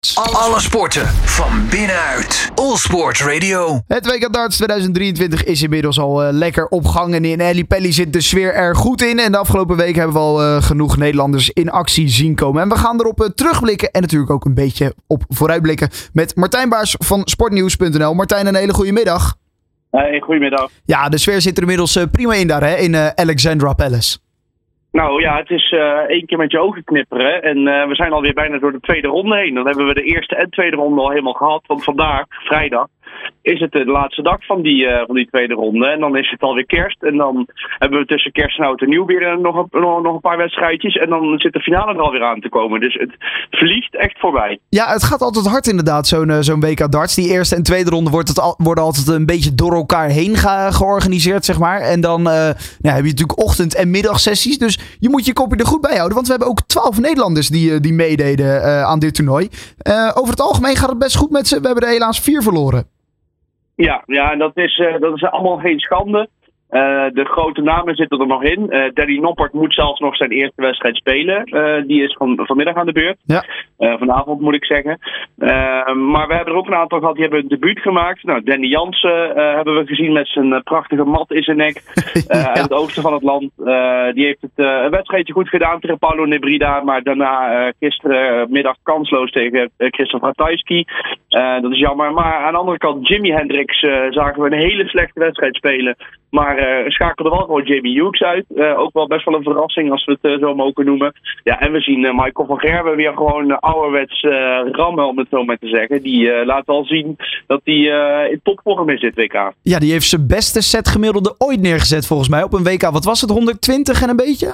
Alle sporten van binnenuit. All Sport Radio. Het WK Darts 2023 is inmiddels al lekker op gang. En in Ellipelli zit de sfeer er goed in. En de afgelopen week hebben we al genoeg Nederlanders in actie zien komen. En we gaan erop terugblikken. En natuurlijk ook een beetje op vooruitblikken met Martijn Baars van sportnieuws.nl. Martijn, een hele goede middag. Hey, goedemiddag. Ja, de sfeer zit er inmiddels prima in daar, hè, in Alexandra Palace. Nou ja, het is 1 keer met je ogen knipperen en we zijn alweer bijna door de tweede ronde heen. Dan hebben we de eerste en tweede ronde al helemaal gehad, want vandaag, vrijdag, is het de laatste dag van die tweede ronde. En dan is het alweer kerst en dan hebben we tussen kerst en oud en nieuw weer nog een paar wedstrijdjes. En dan zit de finale er alweer aan te komen. Dus het vliegt echt voorbij. Ja, het gaat altijd hard inderdaad, zo'n WK Darts. Die eerste en tweede ronde worden altijd een beetje door elkaar heen georganiseerd, zeg maar. En dan heb je natuurlijk ochtend- en middagsessies. Dus je moet je kopje er goed bij houden. Want we hebben ook 12 Nederlanders die meededen aan dit toernooi. Over het algemeen gaat het best goed met ze. We hebben er helaas 4 verloren. Ja, en dat is allemaal geen schande. De grote namen zitten er nog in. Danny Noppert moet zelfs nog zijn eerste wedstrijd spelen. Die is vanmiddag aan de beurt. Ja. Vanavond moet ik zeggen. Maar we hebben er ook een aantal gehad die hebben een debuut gemaakt. Nou, Danny Jansen hebben we gezien met zijn prachtige mat in zijn nek. Uit het oosten van het land. Die heeft het een wedstrijdje goed gedaan tegen Paulo Nebrida. Maar daarna gisterenmiddag kansloos tegen Christophe Ratajski. Dat is jammer. Maar aan de andere kant, Jimi Hendrix zagen we een hele slechte wedstrijd spelen. Maar schakelde wel gewoon Jamie Hughes uit. Ook wel best wel een verrassing als we het zo mogen noemen. Ja, en we zien Michael van Gerwen weer gewoon ouderwets rammen, om het zo maar te zeggen. Die laat al zien dat hij in topvorm is dit WK. Ja, die heeft zijn beste setgemiddelde ooit neergezet volgens mij op een WK. Wat was het, 120 en een beetje?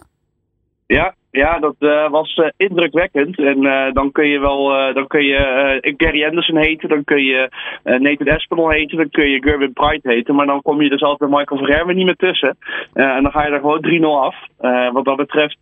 Ja, dat was indrukwekkend. En dan kun je Gary Anderson heten, dan kun je Nathan Aspinall heten, dan kun je Gerwin Pride heten. Maar dan kom je dus altijd bij Michael van Gerwen niet meer tussen. En dan ga je er gewoon 3-0 af. Wat dat betreft,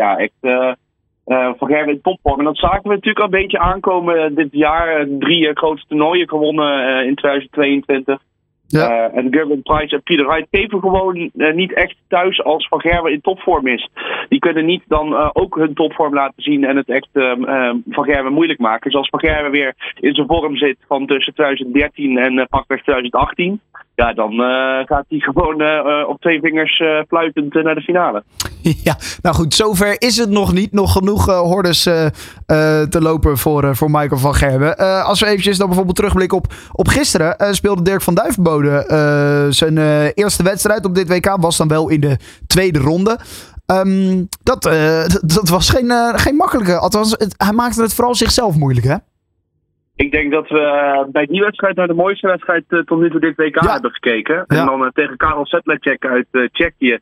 Van Gerwen in topvorm. En dat zagen we natuurlijk al een beetje aankomen dit jaar. 3 grote toernooien gewonnen in 2022. Ja. En Gerwin Price en Peter Wright geven gewoon niet echt thuis als Van Gerwen in topvorm is. Die kunnen niet dan ook hun topvorm laten zien en het echt Van Gerwen moeilijk maken. Dus als Van Gerwen weer in zijn vorm zit van tussen 2013 en pakweg 2018... ja, dan gaat hij gewoon op 2 vingers fluitend naar de finale. Ja, nou goed, zover is het nog niet. Nog genoeg hordes te lopen voor Michael van Gerwen. Als we eventjes dan bijvoorbeeld terugblikken op gisteren, speelde Dirk van Duijvenbode zijn eerste wedstrijd op dit WK. Was dan wel in de tweede ronde. Dat was geen makkelijke. Althans, hij maakte het vooral zichzelf moeilijk, hè? Ik denk dat we bij die wedstrijd naar de mooiste wedstrijd tot nu toe dit WK hebben gekeken. Ja. En dan tegen Karel Sedlacek uit Tsjechië.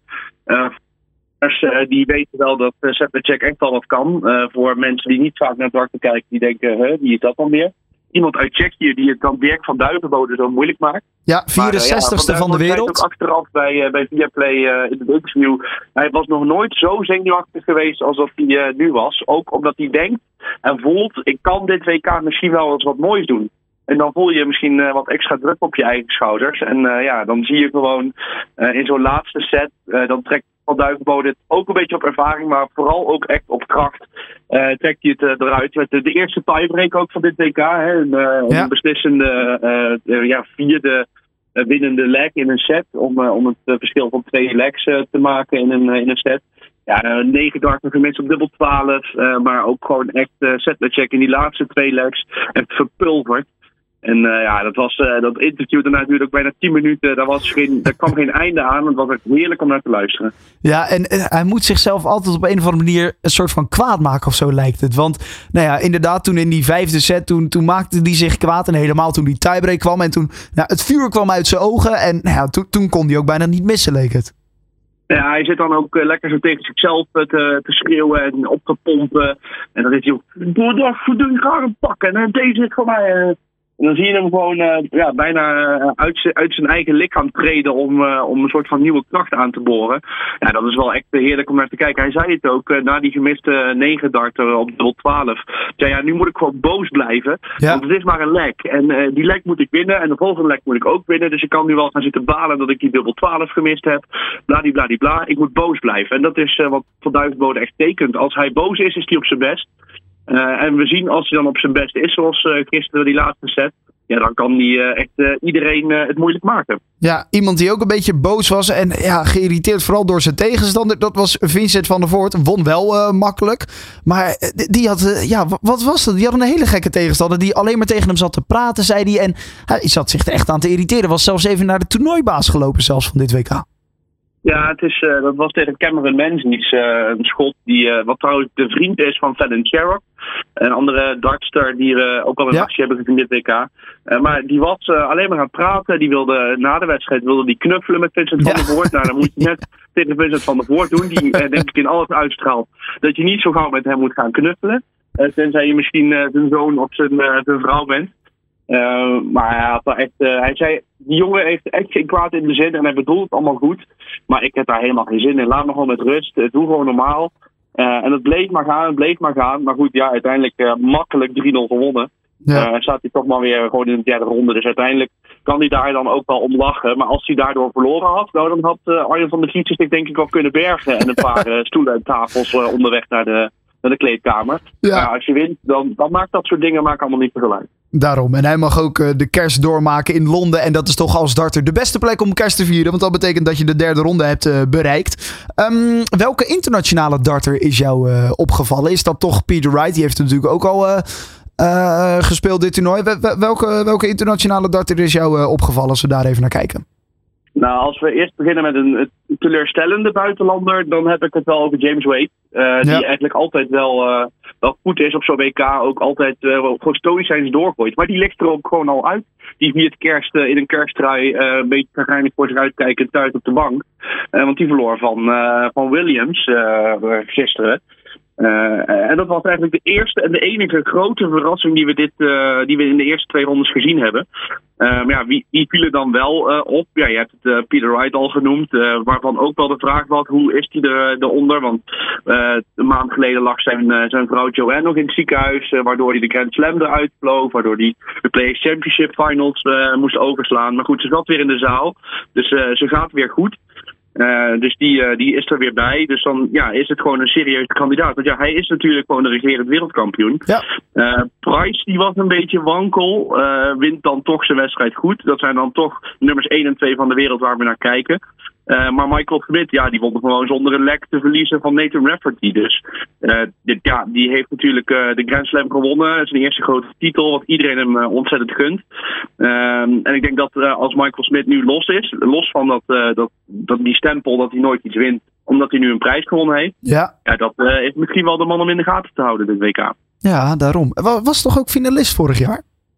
Die weten wel dat Sedlacek echt al wat kan. Voor mensen die niet vaak naar darten kijken, die denken, wie is dat dan weer? Iemand uit Tsjechië die het dan Dirk van Duijvenbode zo moeilijk maakt. Ja, 64ste van de wereld. Ook achteraf bij Viaplay in het interview. Hij was nog nooit zo zenuwachtig geweest als dat hij nu was. Ook omdat hij denkt en voelt, ik kan dit WK misschien wel eens wat moois doen. En dan voel je misschien wat extra druk op je eigen schouders. En dan zie je gewoon in zo'n laatste set, dan trekt Van Duijvenbode het ook een beetje op ervaring, maar vooral ook echt op kracht. Trekt hij het eruit. Met de eerste tiebreak ook van dit WK. Een beslissende 4e winnende leg in een set. Om het verschil van 2 legs te maken in een set. Ja, 9 darten gemist op dubbel 12. Maar ook gewoon echt Sedlacek in die laatste 2 legs. Echt verpulverd. En dat interview daarna duurde ook bijna 10 minuten. Daar kwam geen einde aan. Het was echt heerlijk om naar te luisteren. Ja, en hij moet zichzelf altijd op een of andere manier een soort van kwaad maken of zo lijkt het. Want inderdaad, toen in die 5e set, toen maakte hij zich kwaad. En helemaal toen die tiebreak kwam. En toen het vuur kwam uit zijn ogen. En toen kon hij ook bijna niet missen, leek het. Ja, hij zit dan ook lekker zo tegen zichzelf te schreeuwen en op te pompen. En dan is hij ook, doe je graag een pakken. En deze is voor mij... En dan zie je hem gewoon bijna uit zijn eigen lichaam treden om een soort van nieuwe kracht aan te boren. Ja, dat is wel echt heerlijk om naar te kijken. Hij zei het ook na die gemiste 9 darten op dubbel 12. Ja, nu moet ik gewoon boos blijven. Ja. Want het is maar een leg. En die leg moet ik winnen. En de volgende leg moet ik ook winnen. Dus ik kan nu wel gaan zitten balen dat ik die dubbel 12 gemist heb. Bladibladibla. Ik moet boos blijven. En dat is wat Van Duijvenbode echt tekent. Als hij boos is hij op zijn best. En we zien als hij dan op zijn best is, zoals gisteren die laatste set. Ja, dan kan hij echt iedereen het moeilijk maken. Ja, iemand die ook een beetje boos was en geïrriteerd vooral door zijn tegenstander. Dat was Vincent van der Voort. Won wel makkelijk. Maar die had, wat was dat? Die had een hele gekke tegenstander die alleen maar tegen hem zat te praten, zei hij. En hij zat zich er echt aan te irriteren. Was zelfs even naar de toernooibaas gelopen zelfs van dit WK. Ja, dat was tegen Cameron Menzies, een schot wat trouwens de vriend is van Fallon Sherrock. Een andere dartster die ook al een actie hebben gezien dit WK. Maar die was alleen maar aan het praten. Die wilde na de wedstrijd die knuffelen met Vincent van der Voort. Nou, dan moet je net tegen Vincent van der Voort doen. Die denk ik in alles uitstraalt dat je niet zo gauw met hem moet gaan knuffelen. Tenzij je misschien zijn zoon of zijn vrouw bent. Maar hij zei, die jongen heeft echt geen kwaad in de zin en hij bedoelt het allemaal goed. Maar ik heb daar helemaal geen zin in. Laat me gewoon met rust. Doe gewoon normaal. En het bleef maar gaan. Maar goed, ja, uiteindelijk makkelijk 3-0 gewonnen. Ja. Staat hij toch maar weer gewoon in de derde ronde. Dus uiteindelijk kan hij daar dan ook wel om lachen. Maar als hij daardoor verloren had, nou, dan had Arjen van der Vliet zich denk ik wel kunnen bergen. En een paar stoelen en tafels onderweg naar de kleedkamer. Ja. Maar als je wint, dan maakt dat soort dingen allemaal niet veel uit. Daarom. En hij mag ook de kerst doormaken in Londen. En dat is toch als darter de beste plek om kerst te vieren. Want dat betekent dat je de derde ronde hebt bereikt. Welke internationale darter is jou opgevallen? Is dat toch Peter Wright? Die heeft natuurlijk ook al gespeeld dit toernooi. Welke internationale darter is jou opgevallen als we daar even naar kijken? Nou, als we eerst beginnen met een teleurstellende buitenlander, dan heb ik het wel over James Wade. Die eigenlijk altijd wel goed is op zo'n WK. Ook altijd gewoon stoïcijns doorgooit. Maar die ligt er ook gewoon al uit. Die viert kerst in een kersttrui een beetje waarschijnlijk voor zich uitkijken thuis op de bank. Want die verloor van Williams gisteren. En dat was eigenlijk de eerste en de enige grote verrassing die we in de eerste 2 rondes gezien hebben. Maar wie vielen dan wel op? Ja, je hebt het Peter Wright al genoemd, waarvan ook wel de vraag was, hoe is hij eronder? Want een maand geleden lag zijn vrouw Joanne nog in het ziekenhuis, waardoor hij de Grand Slam eruit vloog, waardoor hij de Players Championship Finals moest overslaan. Maar goed, ze zat weer in de zaal, dus ze gaat weer goed. Dus die is er weer bij. Dus dan is het gewoon een serieuze kandidaat. Want hij is natuurlijk gewoon de regerend wereldkampioen. Ja. Price die was een beetje wankel. Wint dan toch zijn wedstrijd goed. Dat zijn dan toch nummers 1 en 2 van de wereld waar we naar kijken. Maar Michael Smith, die won gewoon zonder een lek te verliezen van Nathan Rafferty. Dus die heeft natuurlijk de Grand Slam gewonnen. Dat is een eerste grote titel, wat iedereen hem ontzettend gunt. En ik denk dat als Michael Smith nu los van die stempel dat hij nooit iets wint, omdat hij nu een prijs gewonnen heeft. Ja, dat is misschien wel de man om in de gaten te houden, dit WK. Ja, daarom. Was toch ook finalist vorig jaar?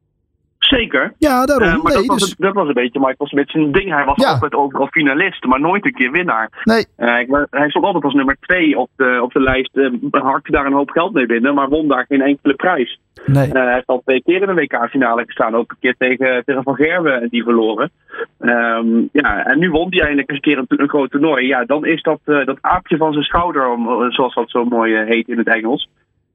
Zeker. Ja, daarom. Maar dat was een beetje Michael Smith zijn ding. Hij was altijd overal finalist, maar nooit een keer winnaar. Nee. Hij stond altijd als nummer 2 op de lijst. Harkte daar een hoop geld mee binnen, maar won daar geen enkele prijs. Nee. Hij heeft al 2 keer in een WK-finale gestaan. Ook een keer tegen Van Gerwen en die verloren. En nu won hij eindelijk eens een keer een groot toernooi. Ja, dan is dat aapje van zijn schouder, zoals dat zo mooi heet in het Engels.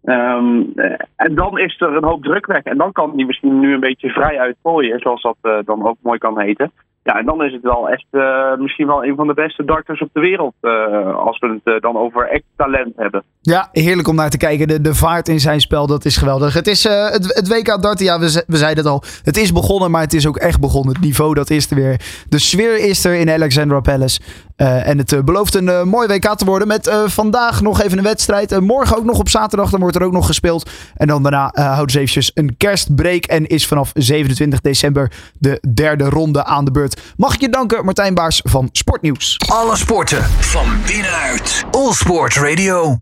En dan is er een hoop druk weg. En dan kan hij misschien nu een beetje vrij uitgooien, zoals dat dan ook mooi kan heten. Ja, en dan is het wel echt misschien wel een van de beste darters op de wereld. Als we het dan over echt talent hebben. Ja, heerlijk om naar te kijken. De vaart in zijn spel, dat is geweldig. Het is het WK darten, ja, we zeiden het al. Het is begonnen, maar het is ook echt begonnen. Het niveau, dat is er weer. De sfeer is er in Alexandra Palace. En het belooft een mooi WK te worden. Met vandaag nog even een wedstrijd. Morgen ook nog op zaterdag. Dan wordt er ook nog gespeeld. En dan daarna houdt ze eventjes een kerstbreak. En is vanaf 27 december de derde ronde aan de beurt. Mag ik je danken, Martijn Baars van Sportnieuws. Alle sporten van binnenuit. All Sport Radio.